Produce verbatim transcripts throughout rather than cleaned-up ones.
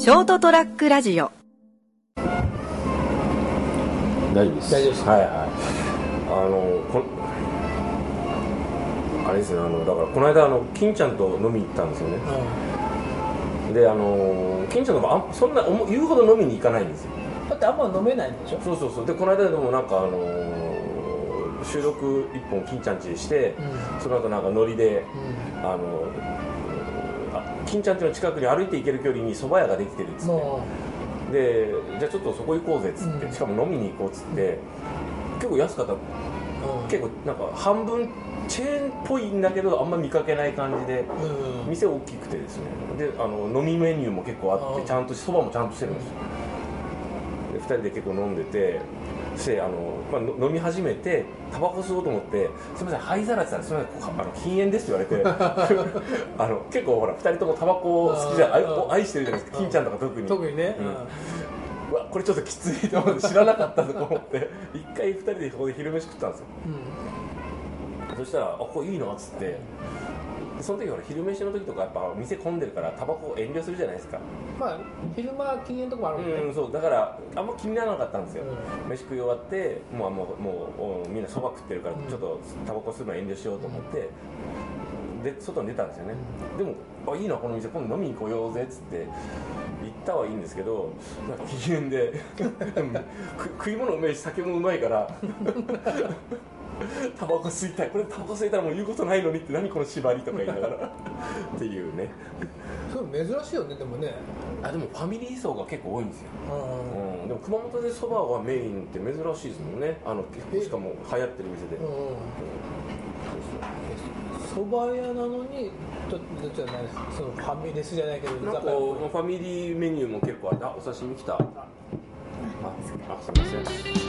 ショートトラックラジオ。 大丈夫です。 大丈夫です。 はいはい。あのこあれですね、あのだからこの間あの金ちゃんと飲みに行ったんですよね。うん、であの金ちゃんとかあそんな言うほど飲みに行かないんですよ。 だってあんま飲めないんでしょ。 そうそうそう。でこの間でもなんかあの収録一本金ちゃん家でして、うん、その後なんかノリで、うん、あの金ちゃん家の近くに歩いて行ける距離に蕎麦屋ができてるっつって。でじゃあちょっとそこ行こうぜっつって、うん、しかも飲みに行こうっつって、うん、結構安かった、うん、結構なんか半分チェーンっぽいんだけどあんま見かけない感じで、うん、店大きくてですね、であの飲みメニューも結構あって、ちゃんとそばもちゃんとしてるんですよ。でふたりで結構飲んでて、してあの、まあ、飲み始めてタバコ吸おうと思って「すみません灰皿」って言ったら「すみませんあの禁煙です」って言われてあの結構ほらふたりともタバコ好きじゃ愛愛してるじゃないですか、金ちゃんとか特に特にね、 うん、うわこれちょっときついと思って知らなかったとか思って一回ふたりでここで昼飯食ったんですよ、うん、そしたら「あこれいいな」っつって、その時ほら昼飯の時とかやっぱ店混んでるからタバコ遠慮するじゃないですか。 まあ昼間は禁煙とかもあるもんね、 うん、そうだからあんま気にならなかったんですよ、うん、飯食い終わってもうもうもうみんなそば食ってるからちょっとタバコ吸うのは遠慮しようと思って、うん、で外に出たんですよね、うん、でもあいいなこの店今度飲みに来ようぜっつって行ったはいいんですけど、なんか機嫌で食い物うめえし酒もうまいからタバコ吸いたい、これタバコ吸いたらもう言うことないのにって何この縛りとか言いながらっていうね。 そう珍しいよね。でもね、 あでもファミリー層が結構多いんですよ、うんうん、でも熊本でそばはメインって珍しいですもんね。あのしかも流行ってる店で、 そば屋なのにちょっとじゃないそのファミレスじゃないけどなんかファミリーメニューも結構あって、あお刺身来た、ああすいません。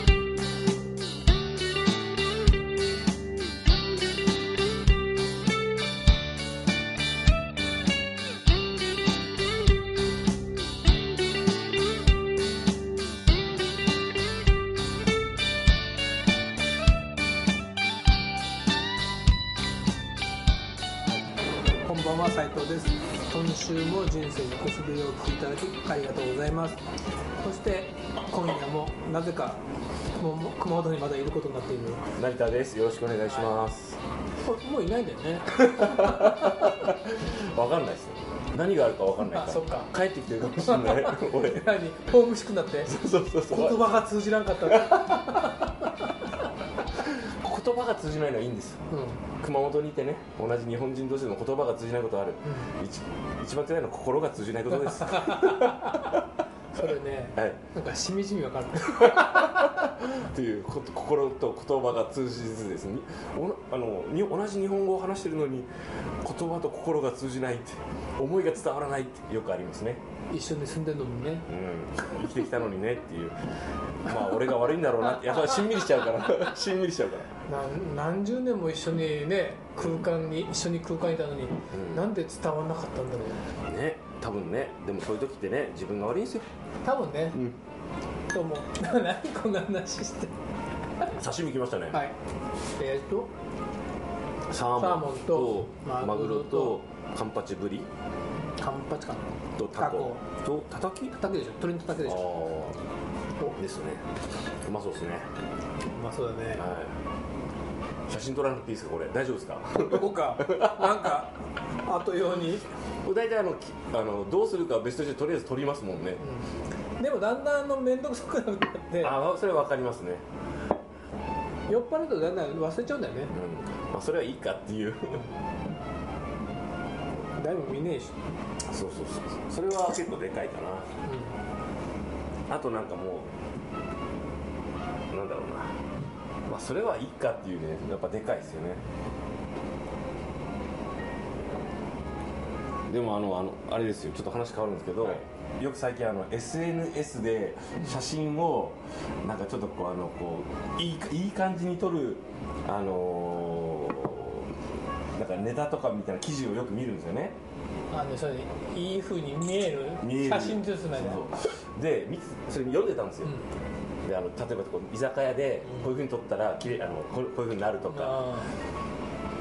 こんばんは、斉藤です。今週も人生のこすべをお聞きいただきありがとうございます。そして今夜もなぜか熊本にまだいることになっている成田です。よろしくお願いします。 もういないんだよね。 わかんないですよ。何があるかわかんないから。 あ、そっか。 帰ってきてるかもしれない。俺。 何？ホームシックになって。 そうそうそう。 言葉が通じなかった。 言葉が通じないのはいいんですよ、うん、熊本にいてね同じ日本人同士でも言葉が通じないことある、うん、一, 一番辛いのは心が通じないことですそれね、はい、なんかしみじみわかるという心と言葉が通じずですね、おあの同じ日本語を話してるのに言葉と心が通じないって思いが伝わらないってよくありますね。 一緒に住んでるのにね、 うん、生きてきたのにねっていうまあ俺が悪いんだろうなって、いやそれはしんみりしちゃうからしんみりしちゃうからな何十年も一緒にね空間に一緒に空間にいたのに、うん、なんで伝わらなかったんだろうね。 多分ね、でもそういう時ってね自分が悪いんですよ多分ね、うん、と思う何こんな話して刺身来ましたね。 はいえー、っとサーモンとマグロとカンパチブリカンパチかなとタコとたたきたたきでしょ、鶏のたたきでしょ。 あですね、うまそうですね。 うまそうだね、 はい、写真撮らなくていいですかこれ、大丈夫ですかどこかなんか後用に大体あのあのどうするか別としてとりあえず撮りますもんね、 うん、でもだんだんあの面倒くさくなくなってあそれは分かりますね。 酔っ払うとだんだん忘れちゃうんだよね、 うんまあ、それはいいかっていうだいぶ見ねえし。 そうそうそうそれは結構でかいかな、うん、あとなんかもうなんだろうな、まあそれはいいかっていうね、やっぱでかいですよね。でもあのあのあれですよ、ちょっと話変わるんですけど、はい、よく最近あの エスエヌエス で写真をなんかちょっとこうあのこういいいい感じに撮るあのー、なんかネタとかみたいな記事をよく見るんですよね。 あのそれいい風に見える写真ですね。 でそれ読んでたんですよ、うん、であの例えばこう居酒屋でこういう風に撮ったらきれいあのこういう風になるとか、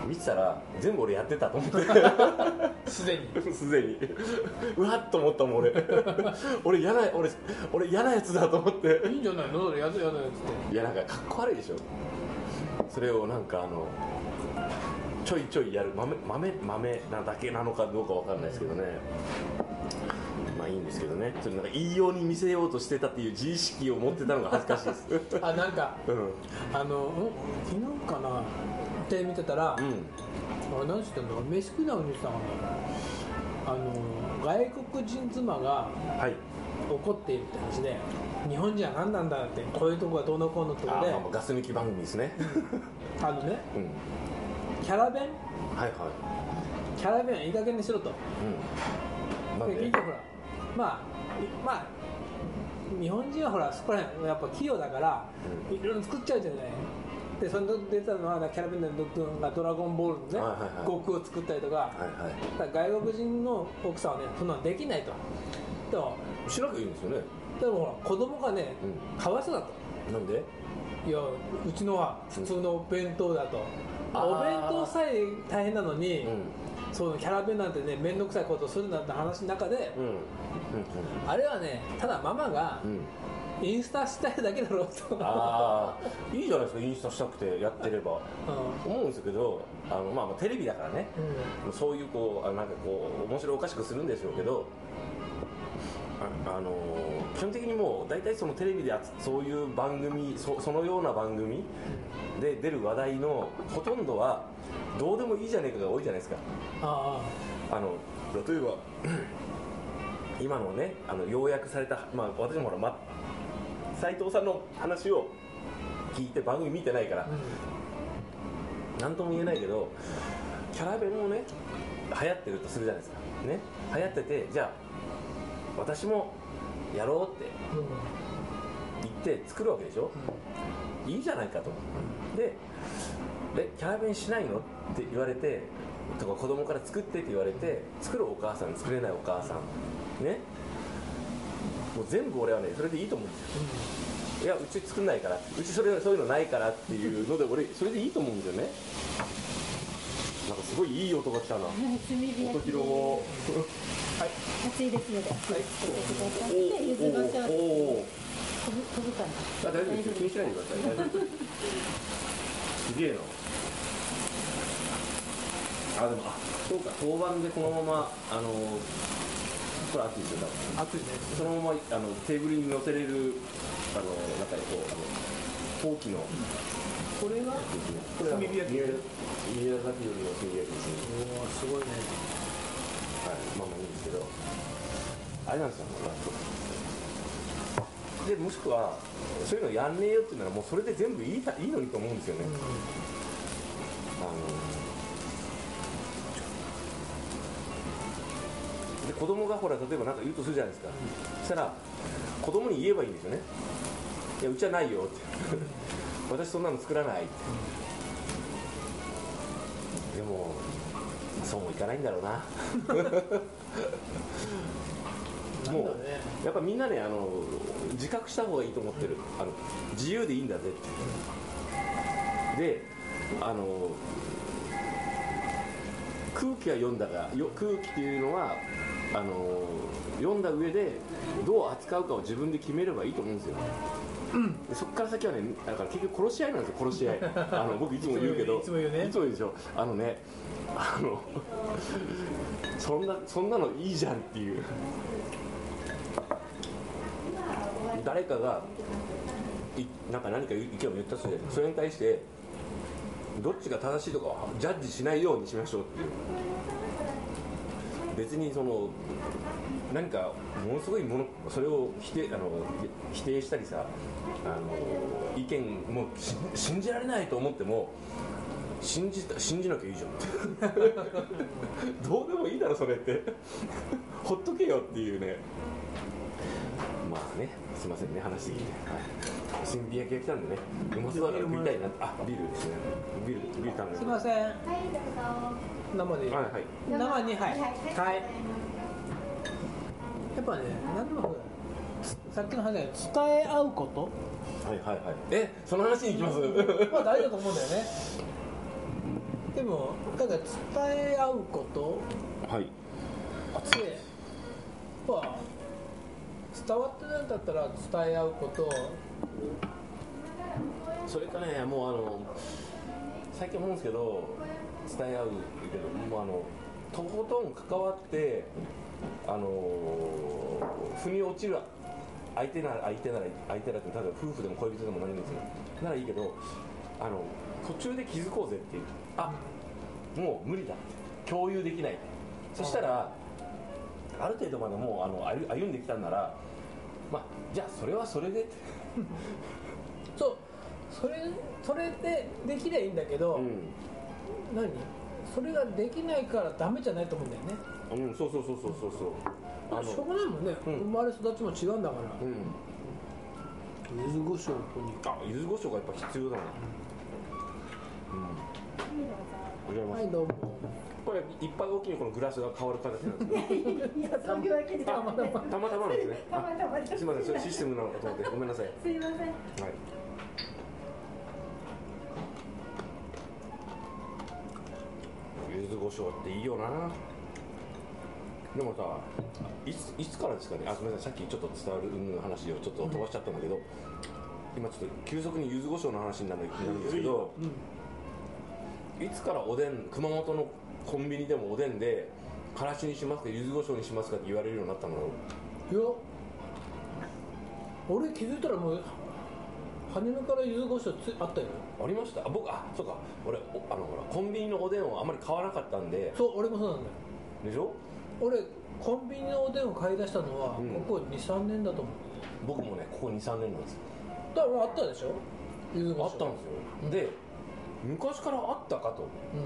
見てたら全部俺やってたと思ってすでにすでにうわっと思ったもん俺俺嫌な俺俺嫌なやつだと思っていいんじゃないのそれやつやなやつっていやなんかかっこ悪いでしょそれをなんかあのちょいちょいやる豆豆豆なだけなのかどうかわかんないですけどねまあいいんですけどねそれなんかいいように見せようとしてたっていう自意識を持ってたのが恥ずかしいですあなんか、うん、あの、うん、昨日かなテレビ見てたら、うん、あれ何してんの飯食いなのにしてたかなあの外国人妻が怒っているって話で、はい、日本人は何なんだってこういうとこがどうのこうのってことであ、まあ、ガス抜き番組ですねあのね、うんキャラ弁はいはいキャラ弁いい加減にしろと、 うん、なんででほらまあまあ日本人はほらそこら辺やっぱ器用だから、うん、いろいろ作っちゃうじゃないでその出たのはキャラ弁でドラゴンボールのね、はいはいはい、悟空を作ったりとか、はいはい、外国人の奥さんはねそんなのできないとでもしなきゃいいんですよねでもほら子供がね、うん、かわいそうだとなんでいやうちのは普通の弁当だと、うんお弁当さえ大変なのに、うん、そのキャラ弁なんてね面倒くさいことをするなんて話の中で、うんうんうん、あれはねただママが、うん、インスタしたいだけだろうとああいいじゃないですかインスタしたくてやってれば、うん、思うんですけどあの、まあ、まあテレビだからね、うん、そういうこうあなんかこう面白おかしくするんでしょうけどあ、あのー、基本的にもう大体そのテレビでそういう番組 そ, そのような番組で出る話題のほとんどはどうでもいいじゃねえかが多いじゃないですかああの例えば今のねあの要約された、まあ、私もほら、ま、斉藤さんの話を聞いて番組見てないから、うん、なんとも言えないけどキャラ弁もね流行ってるとするじゃないですかね流行っててじゃあ私もやろうって言って作るわけでしょ、うん、いいじゃないかとででキャラ弁しないのって言われてとか子供から作ってって言われて作るお母さん作れないお母さんねもう全部俺はねそれでいいと思うんですよ、うん、いやうち作んないからうちそれそういうのないからっていうので俺それでいいと思うんですよねなんかすごいいい音が来たな音広もはい熱いですので気をつけてくださいで柚子胡椒飛ぶ飛ぶかなあ大丈夫ですよ気にしないでください大丈夫すげえなあでもあそうか当番でこのままあのこれ熱いですよ多分熱いねそのままあのテーブルに乗せれるあの中にこうあの陶器の、うんこれはこれは宮崎よりの炭焼きですねおーすごいねはいまあまあいいんですけどあれなんですよでもしくはそういうのやんねえよっていうのはもうそれで全部いい, いいのにと思うんですよね、うん、あので子供がほら例えば何か言うとするじゃないですか、うん、そしたら子供に言えばいいんですよねいやうちはないよって私そんなの作らないってでもそうもいかないんだろうなもうやっぱみんなねあの自覚した方がいいと思ってるあの自由でいいんだぜってであの空気は読んだがよ空気っていうのはあの読んだ上でどう扱うかを自分で決めればいいと思うんですようん、そこから先はね、だから結局殺し合いなんですよ、殺し合いあの僕いつも言うけどいつも言うねいつも言うでしょあのねあのそんなそんなのいいじゃんっていう誰かがいなんか何か意見を言ったとしてそれに対してどっちが正しいとかはジャッジしないようにしましょうっていう別にその何かものすごいものそれを否定あの否定したりさあの意見も信じられないと思っても信じた信じなきゃいいじゃんってどうでもいいだろそれってほっとけよっていうねまあねすいませんね話してきて、はい、炭火焼きが来たんでねうまそうだから食いたいなあビールですねビールビール頼むすいませんはいどうぞ生ではいはい生にはいはいやっぱね、何でもさっきの話で伝え合うことはいはいはいえ、その話に行きますまあ大事だと思うんだよねでもだから伝え合うことはいでやっぱ伝わってないんだったら伝え合うことそれかねもうあの最近思うんですけど伝え合うけどもうあのとことん関わってあの腑に落ちる相手なら相手なら相手だって例えば夫婦でも恋人でも何でもいいんですよならいいけどあの途中で気づこうぜっていうあもう無理だって共有できないそしたらある程度までもうあの歩歩んできたんならまあじゃあそれはそれでそうそれそれでできりゃいいんだけど、うん、何それができないからダメじゃないと思うんだよね。 うん、そうそうそうそうそうそうあのしょうがないもんね、うん、生まれ育ちも違うんだから、うん、柚子胡椒ここにあ柚子胡椒がやっぱ必要だな、うんうん、 はいどうもこれいっぱい大きいこのグラスが変わる形なんですねいやそういうわけでたまたまたまたまなんですねたまたますいませんそれシステムなのかと思ってごめんなさいすいませんはい柚子胡椒っていいよなでもさいついつからですかねあすみませんさっきちょっと伝わる云々の話をちょっと飛ばしちゃったんだけど、うん、今ちょっと急速に柚子胡椒の話になるんですけど、うん、いつからおでん熊本のコンビニでもおでんでからしにしますか柚子胡椒にしますかって言われるようになったのよいや俺気づいたらもう初めから柚子胡椒つあったよありましたあ僕あそうか俺あのほらコンビニのおでんをあまり買わなかったんでそう俺もそうなんだよでしょ俺コンビニのおでんを買い出したのは、うん、ここ にさんねんだと思う僕もねここ にさんねんなんですよだからあったでしょ柚子胡椒あったんですよ、うん、で昔からあったかと、うん、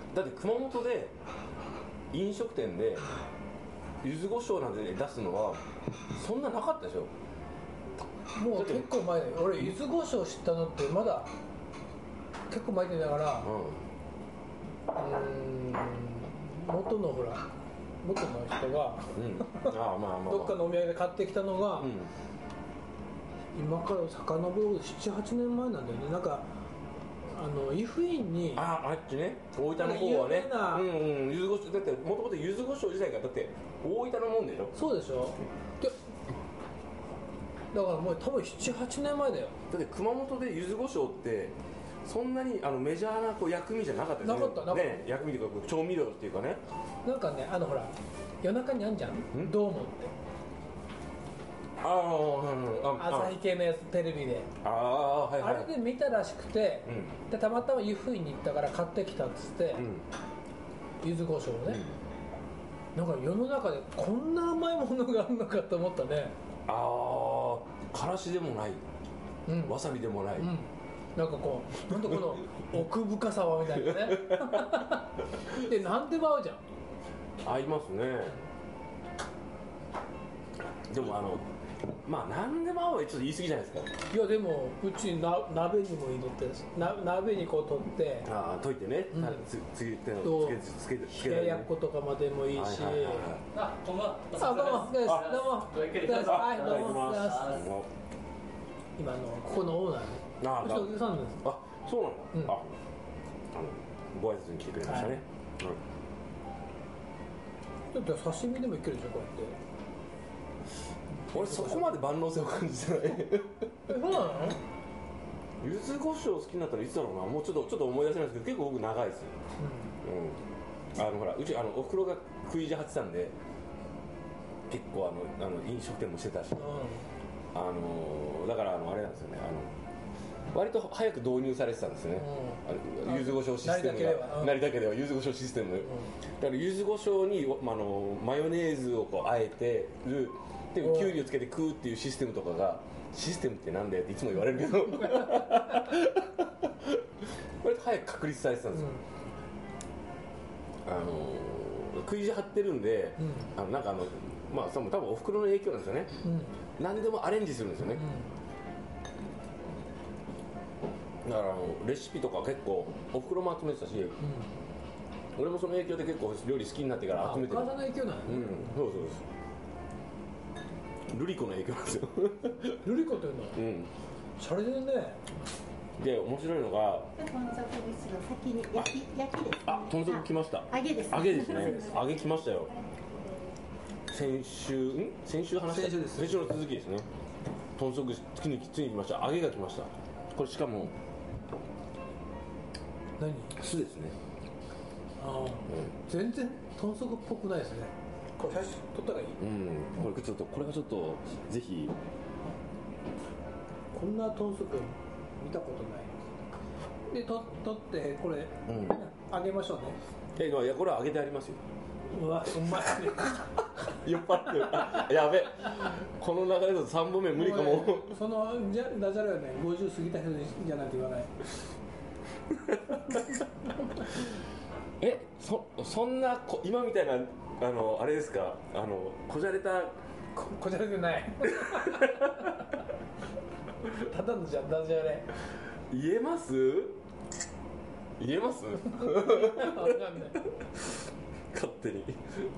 だって熊本で飲食店で柚子胡椒なんて出すのはそんななかったでしょもう結構前だよ俺柚子胡椒知ったのってまだ結構前だから、うん、うーん元のほら元の人が、うん、ああまあまあ、まあ、どっかのお土産で買ってきたのが、うん、今から遡るななはちねんまえなんだよねなんかあの湯布院にあああっちね大分の方はねうんうん柚子胡椒だってもともと柚子胡椒自体がだって大分のもんでしょそうでしょでだからもう多分ななはちねんまえだよだって熊本で柚子胡椒ってそんなにあのメジャーなこう薬味じゃなかったですねなかったなかった、 ね、薬味というか調味料っていうかねなんかねあのほら夜中にあんじゃんどうもってああ朝日系のやつテレビでああ、はいはい、 あれで見たらしくて、うん、でたまたま湯布院に行ったから買ってきたっつって、うん、柚子胡椒をね、うん、なんか世の中でこんな甘いものがあるのかと思ったねああからしでもない、うん、わさびでもない、うん、 なんかこうなんとこの奥深さはみたいなねで何でも合うじゃん合いますねでもあのまあ何でも合うはちょっと言い過ぎじゃないですかいやでもうちな鍋にも入れてな鍋にこう取ってああ溶いてね、うん、つつけてつけてつけ冷ややっことかまでもいいし、はいはいはいはい、あこんばんはあどうもですどうもはいどうも今のここのオーナーねああそうなんですあそうなの、うん、ああのご挨拶に来てくれましたね、はいうん、だって刺身でもいけるでしょこうやって俺そこまで万能性を感じてないえそうなの柚子胡椒好きになったらいつだろうなもうちょっとちょっと思い出せないですけど結構僕長いですよ、うんうん、あのほらうちあのおふくろが食い地張ってたんで結構あのあの飲食店もしてたし、うん、あのだからあのあれなんですよねあの割と早く導入されてたんですよね、うん、柚子胡椒システムがなりだけでは柚子胡椒システム、うん、だから柚子胡椒にあのマヨネーズをこうあえてるでキュウリをつけて食うっていうシステムとかがシステムってなんだよっていつも言われるけどこれ早く確立されてたんですよ、うん、あの食い地張ってるんで、うん、あのなんかあのまあ多分おふくろの影響なんですよね、うん、何でもアレンジするんですよね、うん、だからあのレシピとか結構おふくろも集めてたし、うん、俺もその影響で結構料理好きになってから集めてるお母さんの影響なの、 うん、そうそうですルリコの影響なんですよルリコっていうのは、うん、それでねで面白いのが豚足串の先に焼き焼きです、ね、 あ豚足来ました。 揚げです、 揚げですね。揚げ来ましたよ。先週ん先週話した先週です先週の続きですね。豚足ついについに来ました。揚げが来ました。これしかも何酢ですね。 ああ、うん、全然豚足っぽくないですね。これ写真撮ったらいい？ うん、これちょっとこれがちょっとぜひ。 こんな豚足見たことない。でと取ってこれ、うん、揚げましょうね。 えいやこれは揚げてありますよ。 うわうまいね。 酔っ払ってる。あやべ。この流れだとさんぼんめ無理かも。 そのじゃダジャレはねごじゅう過ぎた人じゃないと言わない。 えそそんなこ今みたいなあのあれですか、あのこじゃれたここじゃれてない。ただのじゃダジャレ言えます？言えます？ わかんない勝手に。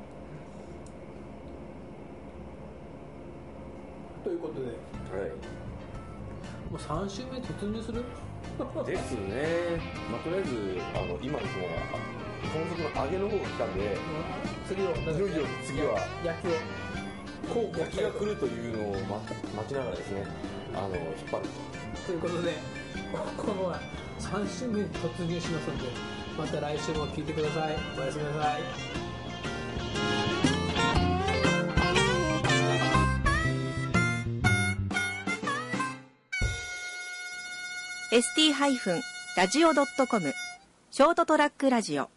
ということで、 はい。 もうさん週目突入する？ ですね。まあとりあえずあの今のその豚足の揚げの方が来たんで、 次をいよいよ次は焼きをこう焼きが来るというのを待ちながらですね、あの引っ張るということで、このさん週目に突入しますので、また来週も聞いてください。おやすみなさい。 エスティー ラジオ ドットコム ショートトラックラジオ